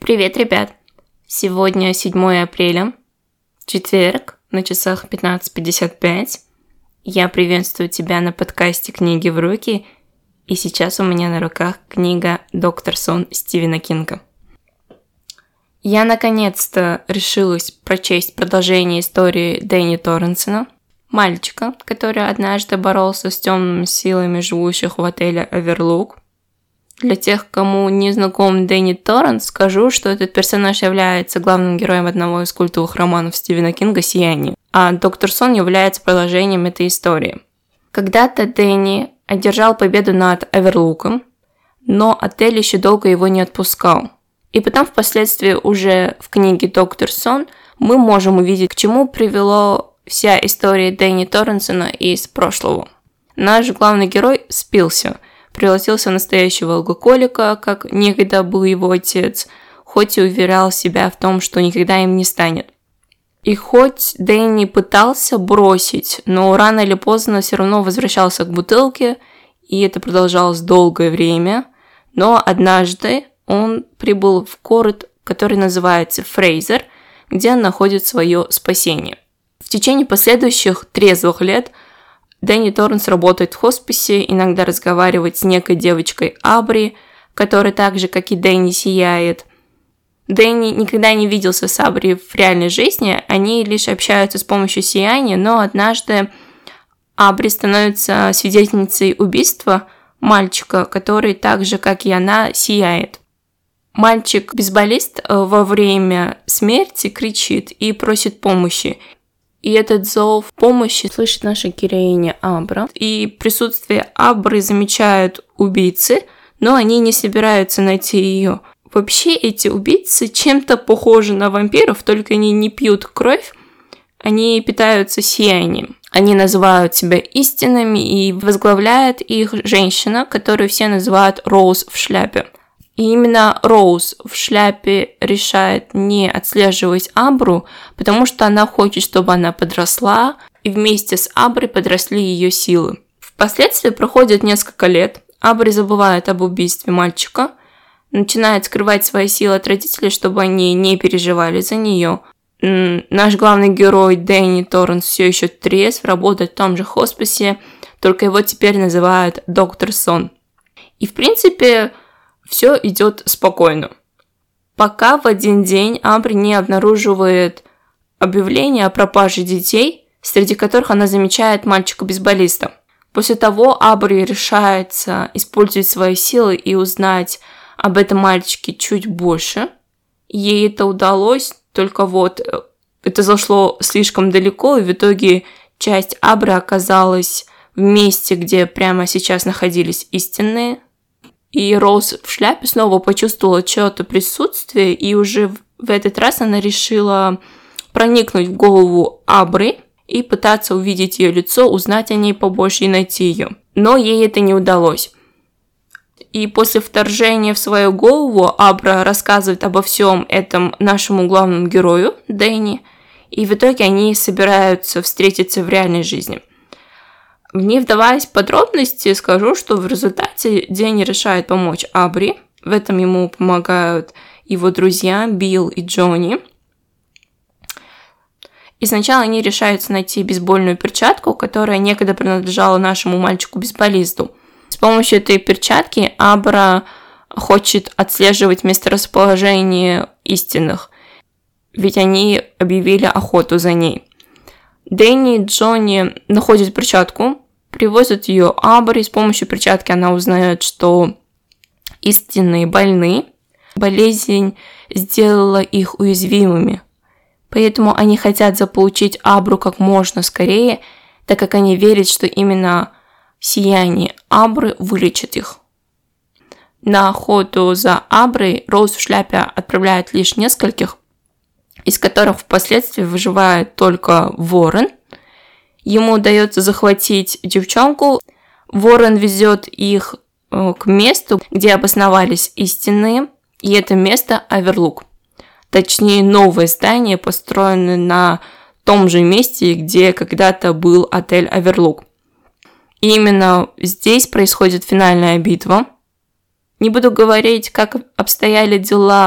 Привет, ребят! Сегодня 7 апреля, четверг, на часах 15:55. Я приветствую тебя на подкасте «Книги в руки», и сейчас у меня на руках книга «Доктор Сон» Стивена Кинга. Я наконец-то решилась прочесть продолжение истории Дэнни Торренсона, мальчика, который однажды боролся с темными силами живущих в отеле «Оверлук». Для тех, кому не знаком Дэнни Торренс, скажу, что этот персонаж является главным героем одного из культовых романов Стивена Кинга «Сияние», а Доктор Сон является продолжением этой истории. Когда-то Дэнни одержал победу над Оверлуком, но отель еще долго его не отпускал. И потом впоследствии уже в книге «Доктор Сон» мы можем увидеть, к чему привела вся история Дэнни Торренсона из прошлого. Наш главный герой спился, превратился в настоящего алкоголика, как некогда был его отец, хоть и уверял себя в том, что никогда им не станет. И хоть Дэнни пытался бросить, но рано или поздно все равно возвращался к бутылке, и это продолжалось долгое время, но однажды он прибыл в город, который называется Фрейзер, где он находит свое спасение. В течение последующих трезвых лет Дэнни Торренс работает в хосписе, иногда разговаривает с некой девочкой Абри, которая так же, как и Дэнни, сияет. Дэнни никогда не виделся с Абри в реальной жизни, они лишь общаются с помощью сияния, но однажды Абри становится свидетельницей убийства мальчика, который так же, как и она, сияет. Мальчик-бейсболист во время смерти кричит и просит помощи. И этот зов помощи слышит наша героиня Абра. И присутствие Абры замечают убийцы, но они не собираются найти ее. Вообще эти убийцы чем-то похожи на вампиров, только они не пьют кровь, они питаются сиянием. Они называют себя истинными, и возглавляет их женщина, которую все называют Роуз в шляпе. И именно Роуз в шляпе решает не отслеживать Абру, потому что она хочет, чтобы она подросла, и вместе с Аброй подросли ее силы. Впоследствии проходит несколько лет, Абри забывает об убийстве мальчика, начинает скрывать свои силы от родителей, чтобы они не переживали за нее. Наш главный герой Дэнни Торренс все еще трезв, работает в том же хосписе, только его теперь называют Доктор Сон. И в принципе все идет спокойно. Пока в один день Абри не обнаруживает объявление о пропаже детей, среди которых она замечает мальчика-бейсболиста. После того Абри решается использовать свои силы и узнать об этом мальчике чуть больше. Ей это удалось, только вот это зашло слишком далеко, и в итоге часть Абри оказалась в месте, где прямо сейчас находились истинные. И Роуз в шляпе снова почувствовала чьё-то присутствие, и уже в этот раз она решила проникнуть в голову Абри и пытаться увидеть ее лицо, узнать о ней побольше и найти ее. Но ей это не удалось. И после вторжения в свою голову Абра рассказывает обо всем этом нашему главному герою, Дэнни, и в итоге они собираются встретиться в реальной жизни. Не вдаваясь в подробности, скажу, что в результате Дэнни решает помочь Абри. В этом ему помогают его друзья Билл и Джонни. И сначала они решаются найти бейсбольную перчатку, которая некогда принадлежала нашему мальчику-бейсболисту. С помощью этой перчатки Абра хочет отслеживать месторасположение истинных, ведь они объявили охоту за ней. Дэнни и Джонни находят перчатку, привозят ее Абри. С помощью перчатки она узнает, что истинные больны. Болезнь сделала их уязвимыми. Поэтому они хотят заполучить Абру как можно скорее, так как они верят, что именно сияние Абры вылечит их. На охоту за Аброй Роуз в шляпе отправляет лишь нескольких, из которых впоследствии выживает только Ворон. Ему удается захватить девчонку. Ворон везет их к месту, где обосновались истинные, и это место Оверлук. Точнее, новое здание, построенное на том же месте, где когда-то был отель Оверлук. И именно здесь происходит финальная битва. Не буду говорить, как обстояли дела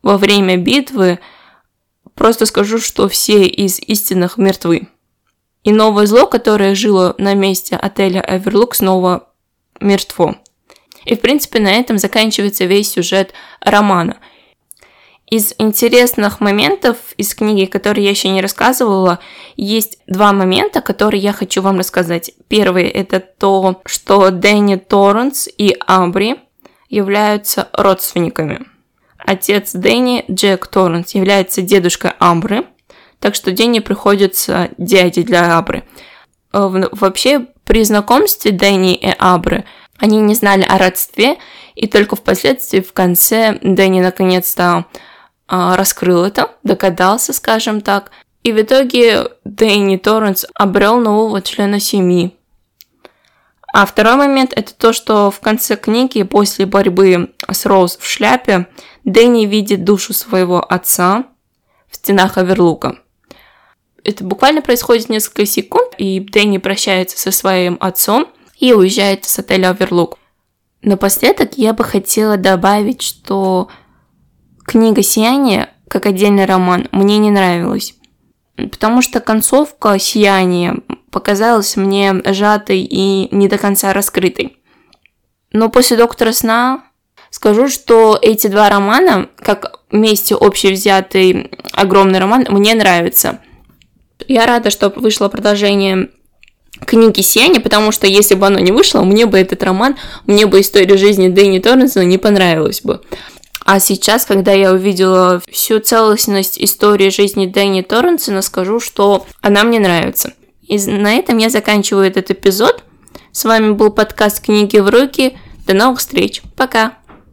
во время битвы просто скажу, что все из истинных мертвы. И новое зло, которое жило на месте отеля Оверлук, снова мертво. И, в принципе, на этом заканчивается весь сюжет романа. Из интересных моментов из книги, которые я еще не рассказывала, есть два момента, которые я хочу вам рассказать. Первый – это то, что Дэнни Торренс и Абри являются родственниками. Отец Дэнни, Джек Торренс, является дедушкой Абры, так что Дэнни приходится дядей для Абры. Вообще, при знакомстве Дэнни и Абры они не знали о родстве, и только впоследствии, в конце, Дэнни наконец-то раскрыл это, догадался, скажем так, и в итоге Дэнни Торренс обрел нового члена семьи. А второй момент – это то, что в конце книги, после борьбы с Роуз в шляпе, Дэнни видит душу своего отца в стенах Оверлука. Это буквально происходит несколько секунд, и Дэнни прощается со своим отцом и уезжает с отеля Оверлук. Напоследок я бы хотела добавить, что книга «Сияние», как отдельный роман, мне не нравилась, потому что концовка «Сияния» показалась мне сжатой и не до конца раскрытой. Но после «Доктора Сна» скажу, что эти два романа, как вместе общевзятый огромный роман, мне нравятся. Я рада, что вышло продолжение книги «Сияние», потому что если бы оно не вышло, мне бы этот роман, мне бы история жизни Дэнни Торренса не понравилась бы. А сейчас, когда я увидела всю целостность истории жизни Дэнни Торренса, скажу, что она мне нравится. И на этом я заканчиваю этот эпизод. С вами был подкаст «Книги в руки». До новых встреч. Пока!